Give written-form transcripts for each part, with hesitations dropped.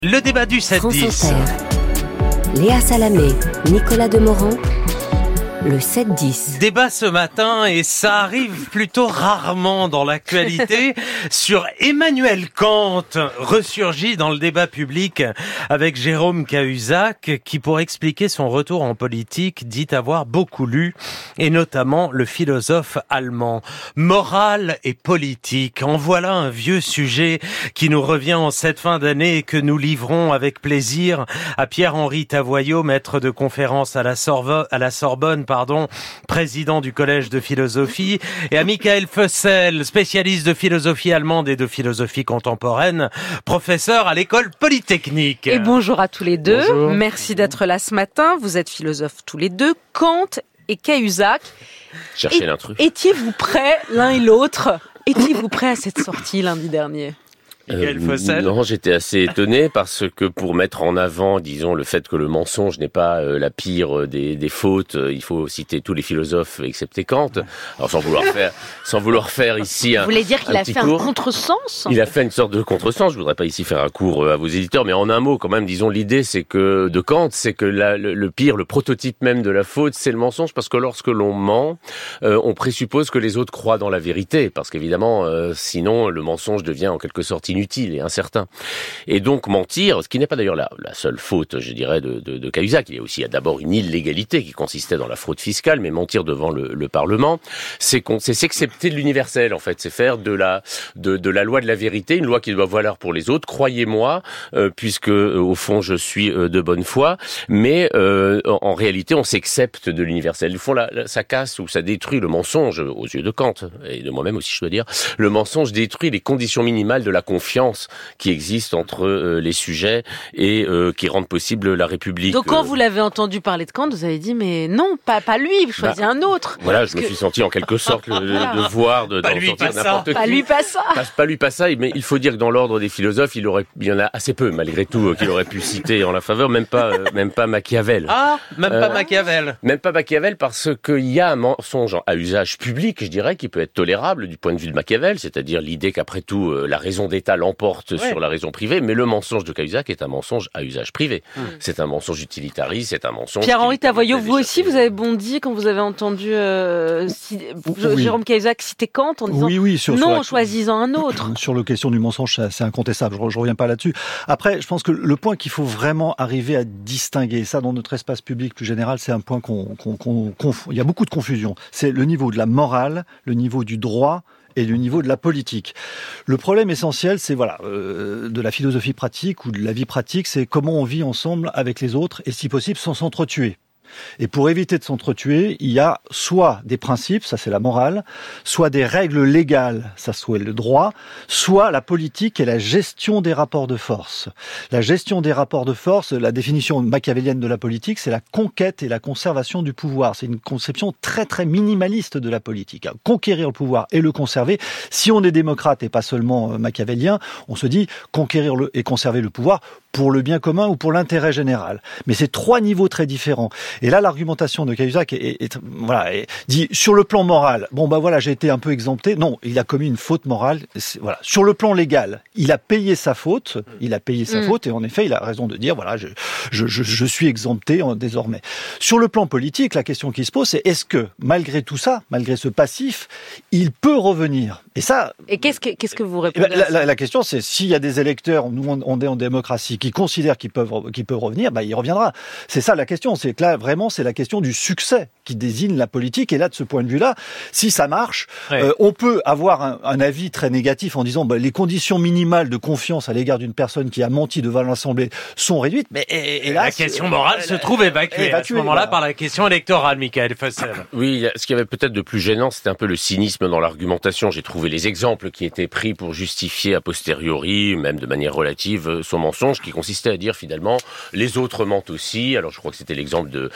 Le débat du 7-10. Léa Salamé, Nicolas Demorand, le 7-10. Débat ce matin, et ça arrive plutôt rarement dans l'actualité, sur Emmanuel Kant, ressurgi dans le débat public avec Jérôme Cahuzac, qui pour expliquer son retour en politique dit avoir beaucoup lu, et notamment le philosophe allemand. Morale et politique, en voilà un vieux sujet qui nous revient en cette fin d'année et que nous livrons avec plaisir à Pierre-Henri Tavoyot, maître de conférence à la Sorbonne, président du Collège de philosophie, et à Michael Fussell, spécialiste de philosophie allemande et de philosophie contemporaine, professeur à l'école polytechnique. Et bonjour à tous les deux. Bonjour. Merci d'être là ce matin. Vous êtes philosophes tous les deux, Kant et Cahuzac. Cherchez l'intrus. Étiez-vous prêts l'un et l'autre? Étiez-vous prêts à cette sortie lundi dernier? Non, j'étais assez étonné parce que pour mettre en avant, disons, le fait que le mensonge n'est pas la pire des fautes, il faut citer tous les philosophes excepté Kant. Alors sans vouloir faire ici un. Vous voulez dire qu'il a fait un contresens? Il a fait une sorte de contresens. Je voudrais pas ici faire un cours à vos éditeurs, mais en un mot, quand même, disons, l'idée, c'est que de Kant, c'est que le pire, le prototype même de la faute, c'est le mensonge, parce que lorsque l'on ment, on présuppose que les autres croient dans la vérité, parce qu'évidemment, sinon, le mensonge devient en quelque sorte inutile et incertain. Et donc mentir, ce qui n'est pas d'ailleurs la seule faute, je dirais, de Cahuzac. Il y a aussi d'abord une illégalité qui consistait dans la fraude fiscale, mais mentir devant le Parlement, c'est s'accepter de l'universel, en fait. C'est faire de la loi de la vérité une loi qui doit valoir pour les autres. Croyez-moi, puisque au fond je suis de bonne foi, mais en réalité on s'accepte de l'universel. Au fond, ça casse ou ça détruit le mensonge aux yeux de Kant et de moi-même aussi, je dois dire. Le mensonge détruit les conditions minimales de la confiance qui existe entre les sujets et qui rendent possible la République. Donc quand vous l'avez entendu parler de Kant, vous avez dit mais non, pas lui, choisis un autre. Voilà, je me suis senti en quelque sorte le devoir d'en sortir n'importe qui. Pas lui, pas ça. Pas lui, pas ça. Mais il faut dire que dans l'ordre des philosophes, il y en a assez peu malgré tout qu'il aurait pu citer en la faveur, même pas Machiavel. Ah, pas Machiavel. Même pas Machiavel, parce qu'il y a un mensonge à usage public, je dirais, qui peut être tolérable du point de vue de Machiavel, c'est-à-dire l'idée qu'après tout la raison d'État l'emporte sur la raison privée, mais le mensonge de Cahuzac est un mensonge à usage privé. C'est un mensonge utilitariste, c'est un mensonge... Pierre-Henri Tavoyot, vous aussi, vous avez bondi quand vous avez entendu Jérôme Cahuzac citer Kant en disant non, choisissant un autre. Sur la question du mensonge, c'est incontestable, je reviens pas là-dessus. Après, je pense que le point qu'il faut vraiment arriver à distinguer, ça dans notre espace public plus général, c'est un point il y a beaucoup de confusion. C'est le niveau de la morale, le niveau du droit, et le niveau de la politique. Le problème essentiel, c'est de la philosophie pratique ou de la vie pratique, c'est comment on vit ensemble avec les autres et si possible sans s'entretuer. Et pour éviter de s'entretuer, il y a soit des principes, ça c'est la morale, soit des règles légales, ça c'est le droit, soit la politique et la gestion des rapports de force. La gestion des rapports de force, la définition machiavélienne de la politique, c'est la conquête et la conservation du pouvoir. C'est une conception très très minimaliste de la politique. Conquérir le pouvoir et le conserver. Si on est démocrate et pas seulement machiavélien, on se dit conquérir et conserver le pouvoir pour le bien commun ou pour l'intérêt général. Mais c'est trois niveaux très différents. Et là, l'argumentation de Cahuzac dit sur le plan moral, j'ai été un peu exempté. Non, il a commis une faute morale. Sur le plan légal, il a payé sa faute. Et en effet, il a raison de dire je suis exempté désormais. Sur le plan politique, la question qui se pose, c'est est-ce que malgré tout ça, malgré ce passif, il peut revenir? Et ça. Et qu'est-ce que vous répondez? La question, c'est s'il y a des électeurs, nous on est en démocratie, qui considèrent qu'ils peuvent revenir, il reviendra. C'est ça la question. C'est que là, vraiment, c'est la question du succès qui désigne la politique. Et là, de ce point de vue-là, si ça marche, on peut avoir un avis très négatif en disant les conditions minimales de confiance à l'égard d'une personne qui a menti devant l'Assemblée sont réduites. Mais hélas, la question morale se trouve évacuée à ce moment-là par la question électorale, Michael Fussell. Oui, ce qui avait peut-être de plus gênant, c'était un peu le cynisme dans l'argumentation. J'ai trouvé les exemples qui étaient pris pour justifier a posteriori, même de manière relative, son mensonge, qui consistait à dire finalement les autres mentent aussi. Alors je crois que c'était l'exemple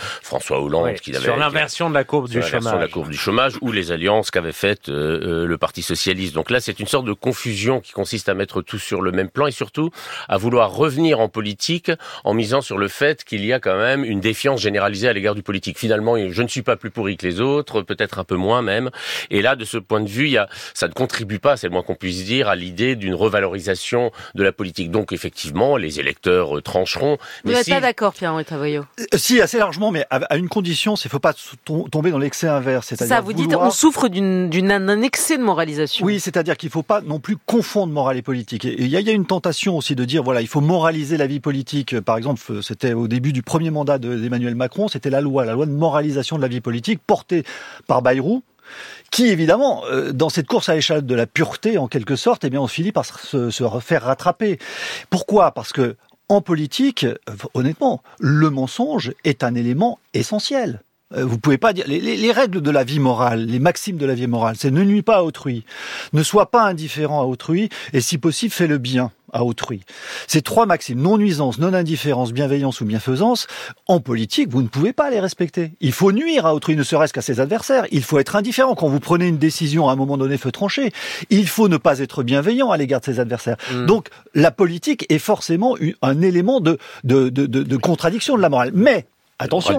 François Hollande, sur l'inversion de la courbe du chômage, ou les alliances qu'avait faites le Parti socialiste. Donc là, c'est une sorte de confusion qui consiste à mettre tout sur le même plan et surtout à vouloir revenir en politique en misant sur le fait qu'il y a quand même une défiance généralisée à l'égard du politique. Finalement, je ne suis pas plus pourri que les autres, peut-être un peu moins même. Et là, de ce point de vue, ça ne contribue pas, c'est le moins qu'on puisse dire, à l'idée d'une revalorisation de la politique. Donc effectivement, les électeurs trancheront. Vous n'êtes pas d'accord, Pierre-Henri Tavoyot? Si, assez largement, mais à une condition, c'est qu'il ne faut pas tomber dans l'excès inverse. C'est-à-dire vous dites, on souffre d'un excès de moralisation. Oui, c'est-à-dire qu'il ne faut pas non plus confondre morale et politique. Et il y a une tentation aussi de dire, voilà, il faut moraliser la vie politique. Par exemple, c'était au début du premier mandat d'Emmanuel Macron, c'était la loi de moralisation de la vie politique, portée par Bayrou, qui évidemment, dans cette course à l'échelle de la pureté, en quelque sorte, eh bien, on finit par se faire rattraper. Pourquoi ? Parce que en politique, honnêtement, le mensonge est un élément essentiel. Vous pouvez pas dire les règles de la vie morale, les maximes de la vie morale, c'est ne nuis pas à autrui, ne sois pas indifférent à autrui, et si possible, fais le bien à autrui. Ces trois maximes, non-nuisance, non-indifférence, bienveillance ou bienfaisance, en politique, vous ne pouvez pas les respecter. Il faut nuire à autrui, ne serait-ce qu'à ses adversaires. Il faut être indifférent. Quand vous prenez une décision à un moment donné, feu tranché, il faut ne pas être bienveillant à l'égard de ses adversaires. Donc, la politique est forcément un élément de contradiction de la morale. Mais, attention,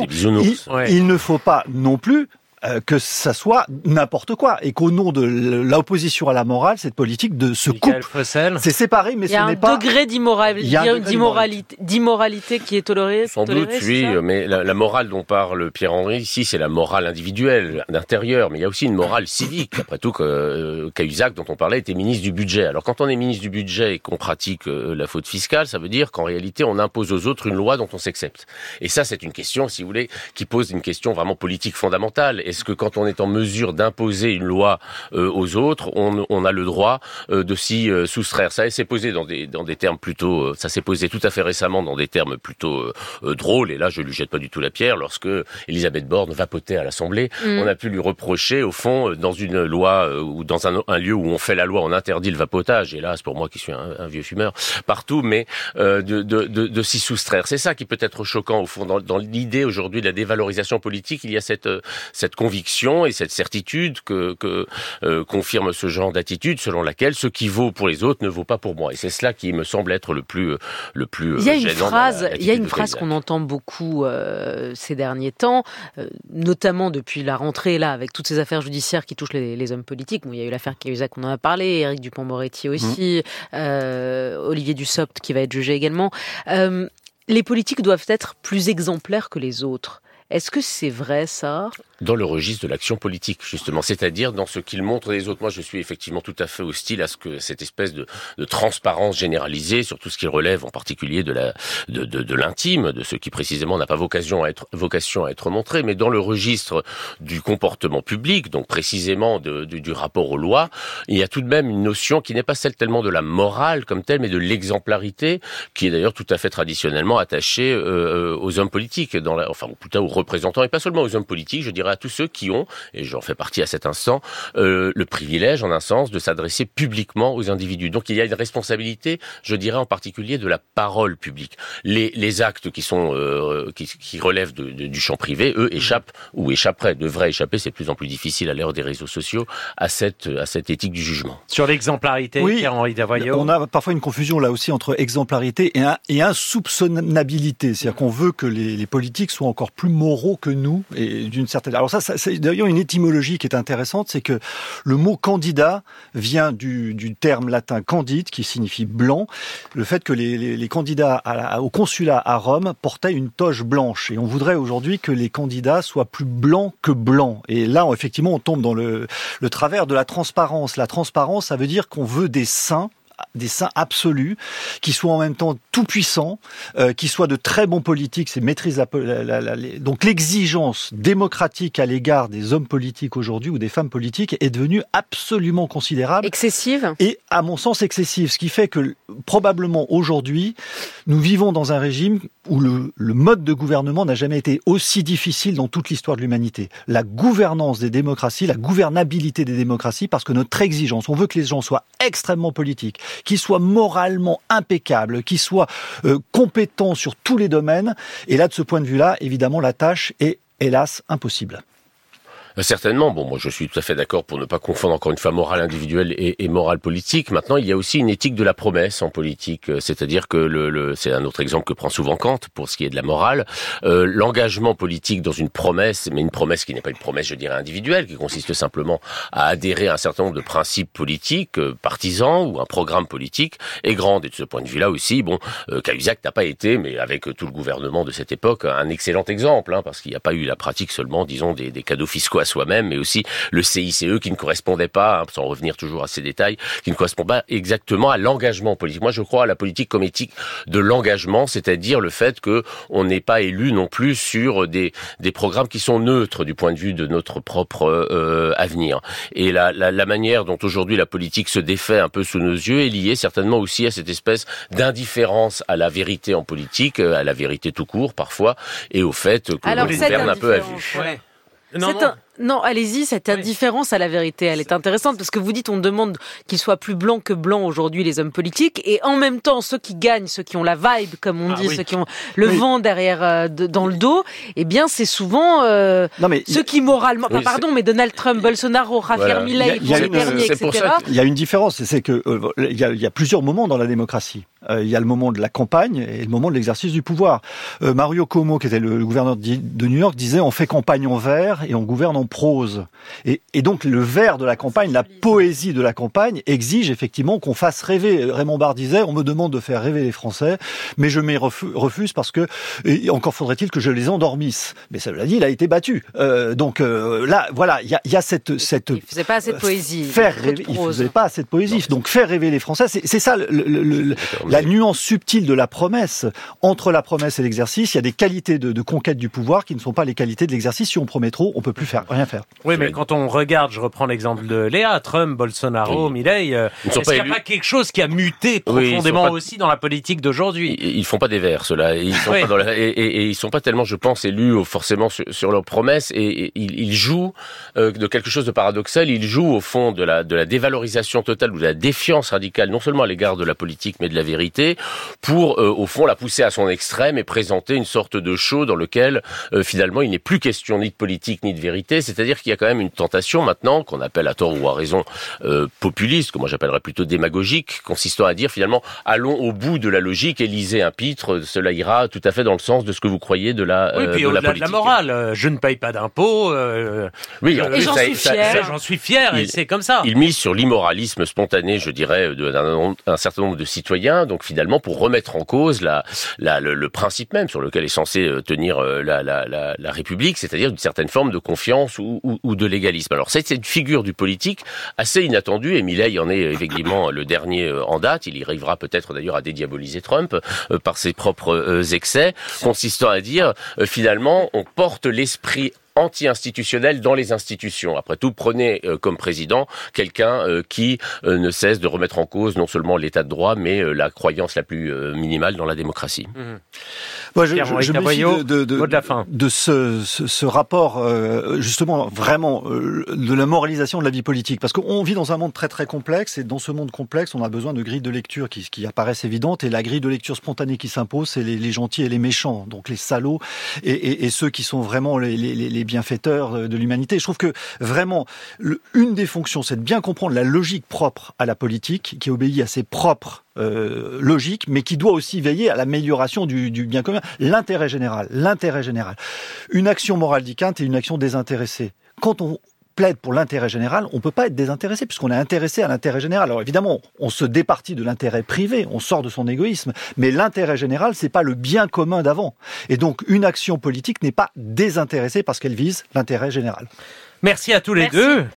il ne faut pas non plus que ça soit n'importe quoi et qu'au nom de l'opposition à la morale, cette politique se coupe. C'est séparé, mais ce n'est pas... Il y a un degré d'immoralité qui est toléré. Sans doute, oui, mais la morale dont parle Pierre-Henri ici, c'est la morale individuelle, d'intérieur, mais il y a aussi une morale civique. Après tout, Cahuzac, dont on parlait, était ministre du budget. Alors quand on est ministre du budget et qu'on pratique la faute fiscale, ça veut dire qu'en réalité, on impose aux autres une loi dont on s'accepte. Et ça, c'est une question, si vous voulez, qui pose une question vraiment politique fondamentale. Est-ce que quand on est en mesure d'imposer une loi aux autres, on a le droit de s'y soustraire? Ça s'est posé dans des termes plutôt, ça s'est posé tout à fait récemment dans des termes plutôt drôles. Et là, je lui jette pas du tout la pierre. Lorsque Elisabeth Borne vapotait à l'Assemblée, on a pu lui reprocher, au fond, dans une loi ou dans un lieu où on fait la loi, on interdit le vapotage. Hélas, pour moi qui suis un vieux fumeur, partout, mais de s'y soustraire. C'est ça qui peut être choquant, au fond, dans l'idée aujourd'hui de la dévalorisation politique. Il y a cette conviction et cette certitude que confirme ce genre d'attitude selon laquelle ce qui vaut pour les autres ne vaut pas pour moi. Et c'est cela qui me semble être le plus il y a une phrase qu'on entend beaucoup ces derniers temps, notamment depuis la rentrée là, avec toutes ces affaires judiciaires qui touchent les hommes politiques. Bon, il y a eu l'affaire Cahuzac, on en a parlé, Éric Dupond-Moretti aussi, Olivier Dussopt qui va être jugé également. Les politiques doivent être plus exemplaires que les autres. Est-ce que c'est vrai, ça ? Dans le registre de l'action politique, justement. C'est-à-dire dans ce qu'ils montrent des autres. Moi, je suis effectivement tout à fait hostile à cette espèce de transparence généralisée sur tout ce qui relève en particulier de l'intime, de ce qui précisément n'a pas vocation à être montré. Mais dans le registre du comportement public, donc précisément du rapport aux lois, il y a tout de même une notion qui n'est pas celle tellement de la morale comme telle, mais de l'exemplarité, qui est d'ailleurs tout à fait traditionnellement attachée aux hommes politiques, enfin, ou plutôt aux représentants, et pas seulement aux hommes politiques, je dirais à tous ceux qui ont, et j'en fais partie à cet instant, le privilège, en un sens, de s'adresser publiquement aux individus. Donc il y a une responsabilité, je dirais en particulier, de la parole publique. Les actes qui relèvent du champ privé, eux, échappent, ou devraient échapper, c'est de plus en plus difficile à l'ère des réseaux sociaux, à cette éthique du jugement. Sur l'exemplarité, oui, Pierre-Henri Tavoyot. On a parfois une confusion là aussi entre exemplarité et insoupçonnabilité. C'est-à-dire qu'on veut que les politiques soient encore plus moraux que nous, et d'une certaine... Alors ça c'est d'ailleurs une étymologie qui est intéressante, c'est que le mot candidat vient du terme latin candide, qui signifie blanc. Le fait que les candidats au consulat à Rome portaient une toge blanche. Et on voudrait aujourd'hui que les candidats soient plus blancs que blancs. Et là, effectivement, on tombe dans le travers de la transparence. La transparence, ça veut dire qu'on veut des saints absolus, qui soient en même temps tout puissants, qui soient de très bons politiques, c'est maîtrise donc l'exigence démocratique à l'égard des hommes politiques aujourd'hui ou des femmes politiques est devenue absolument considérable. Excessive. Et à mon sens excessive, ce qui fait que probablement aujourd'hui, nous vivons dans un régime où le mode de gouvernement n'a jamais été aussi difficile dans toute l'histoire de l'humanité. La gouvernance des démocraties, la gouvernabilité des démocraties, parce que notre exigence, on veut que les gens soient extrêmement politiques, qui soit moralement impeccable, qui soit compétent sur tous les domaines. Et là, de ce point de vue-là, évidemment, la tâche est, hélas, impossible. Certainement. Bon, moi, je suis tout à fait d'accord pour ne pas confondre encore une fois morale individuelle et morale politique. Maintenant, il y a aussi une éthique de la promesse en politique. C'est-à-dire que c'est un autre exemple que prend souvent Kant pour ce qui est de la morale. L'engagement politique dans une promesse, mais une promesse qui n'est pas une promesse, je dirais, individuelle, qui consiste simplement à adhérer à un certain nombre de principes politiques, partisans ou un programme politique, est grande. Et de ce point de vue-là aussi, bon, Cahuzac n'a pas été, mais avec tout le gouvernement de cette époque, un excellent exemple, parce qu'il n'y a pas eu la pratique seulement, disons, des cadeaux fiscaux à soi-même, mais aussi le CICE qui ne correspondait pas, sans revenir toujours à ces détails, qui ne correspond pas exactement à l'engagement politique. Moi, je crois à la politique comme éthique de l'engagement, c'est-à-dire le fait que on n'est pas élu non plus sur des programmes qui sont neutres du point de vue de notre propre avenir. Et la manière dont aujourd'hui la politique se défait un peu sous nos yeux est liée certainement aussi à cette espèce d'indifférence à la vérité en politique, à la vérité tout court parfois, et au fait que l'on gouverne un peu à vue. Ouais. Non, allez-y, cette indifférence à la vérité, elle est intéressante parce que vous dites on demande qu'ils soient plus blancs que blancs aujourd'hui les hommes politiques et en même temps ceux qui gagnent, ceux qui ont la vibe comme on dit, ceux qui ont le vent derrière dans le dos, eh bien c'est souvent ceux qui moralement, mais Donald Trump, Bolsonaro, Javier Milei, etc. Il y a une différence, c'est que il y a plusieurs moments dans la démocratie. Il y a le moment de la campagne et le moment de l'exercice du pouvoir. Mario Cuomo, qui était le gouverneur de New York, disait on fait campagne en vers et on gouverne en prose. Et donc le vers de la campagne, la poésie de la campagne exige effectivement qu'on fasse rêver. Raymond Barre disait on me demande de faire rêver les Français, mais je m'y refuse parce que encore faudrait-il que je les endormisse. Mais ça l'a dit, il a été battu. Là, voilà, il y a cette. Il faisait pas assez de poésie. Il faisait pas assez de poésie. Donc faire rêver les Français, c'est ça la nuance subtile de la promesse. Entre la promesse et l'exercice, il y a des qualités de conquête du pouvoir qui ne sont pas les qualités de l'exercice. Si on promet trop, on peut plus rien faire. Oui, mais quand on regarde, je reprends l'exemple de Léa, Trump, Bolsonaro, Milei, est-ce qu'il n'y a pas quelque chose qui a muté profondément aussi dans la politique d'aujourd'hui? Ils font pas des vers, ceux-là. Ils sont pas et ils sont pas tellement, je pense, élus forcément sur leurs promesses et ils jouent de quelque chose de paradoxal. Ils jouent au fond de la dévalorisation totale ou de la défiance radicale, non seulement à l'égard de la politique, mais de la vérité, pour au fond la pousser à son extrême et présenter une sorte de show dans lequel finalement il n'est plus question ni de politique ni de vérité. C'est-à-dire qu'il y a quand même une tentation maintenant, qu'on appelle à tort ou à raison populiste, que moi j'appellerais plutôt démagogique, consistant à dire finalement allons au bout de la logique et lisez un pitre, cela ira tout à fait dans le sens de ce que vous croyez de la puis de la politique. De la morale, je ne paye pas d'impôts. Et j'en suis fier. J'en suis fier et c'est comme ça. Il mise sur l'immoralisme spontané, je dirais, d'un certain nombre de citoyens, donc finalement pour remettre en cause le principe même sur lequel est censé tenir la République, c'est-à-dire une certaine forme de confiance ou de légalisme. Alors c'est une figure du politique assez inattendue, et Milei en est effectivement le dernier en date. Il y arrivera peut-être d'ailleurs à dédiaboliser Trump par ses propres excès, consistant à dire finalement on porte l'esprit anti-institutionnel dans les institutions. Après tout, prenez comme président quelqu'un qui ne cesse de remettre en cause non seulement l'état de droit, mais la croyance la plus minimale dans la démocratie. Moi, je méfie de ce rapport, justement, vraiment, de la moralisation de la vie politique. Parce qu'on vit dans un monde très très complexe, et dans ce monde complexe, on a besoin de grilles de lecture qui apparaissent évidentes, et la grille de lecture spontanée qui s'impose, c'est les gentils et les méchants, donc les salauds, et ceux qui sont vraiment les bienfaiteurs de l'humanité. Je trouve que vraiment, une des fonctions, c'est de bien comprendre la logique propre à la politique, qui obéit à ses propres logiques, mais qui doit aussi veiller à l'amélioration du bien commun, l'intérêt général. Une action morale, dit Kant, est une action désintéressée. Quand on plaide pour l'intérêt général, on peut pas être désintéressé puisqu'on est intéressé à l'intérêt général. Alors évidemment, on se départit de l'intérêt privé, on sort de son égoïsme, mais l'intérêt général, c'est pas le bien commun d'avant. Et donc, une action politique n'est pas désintéressée parce qu'elle vise l'intérêt général. Merci à tous les deux.